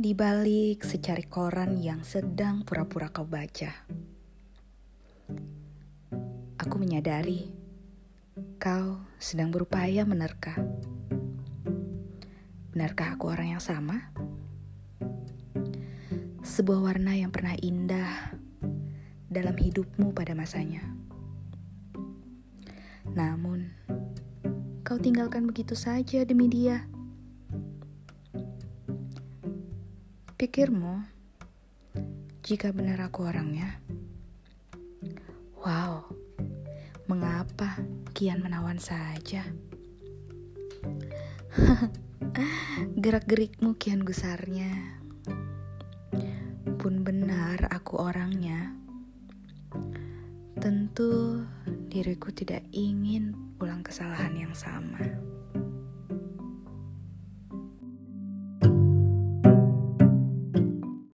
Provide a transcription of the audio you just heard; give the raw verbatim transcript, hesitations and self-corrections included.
Di balik secari koran yang sedang pura-pura kau baca, aku menyadari kau sedang berupaya menerka. Benarkah aku orang yang sama? Sebuah warna yang pernah indah dalam hidupmu pada masanya. Namun, kau tinggalkan begitu saja demi dia. Pikirmu, jika benar aku orangnya, wow, mengapa kian menawan saja? Gerak-gerikmu kian gusarnya. Pun benar aku orangnya, tentu diriku tidak ingin ulang kesalahan yang sama.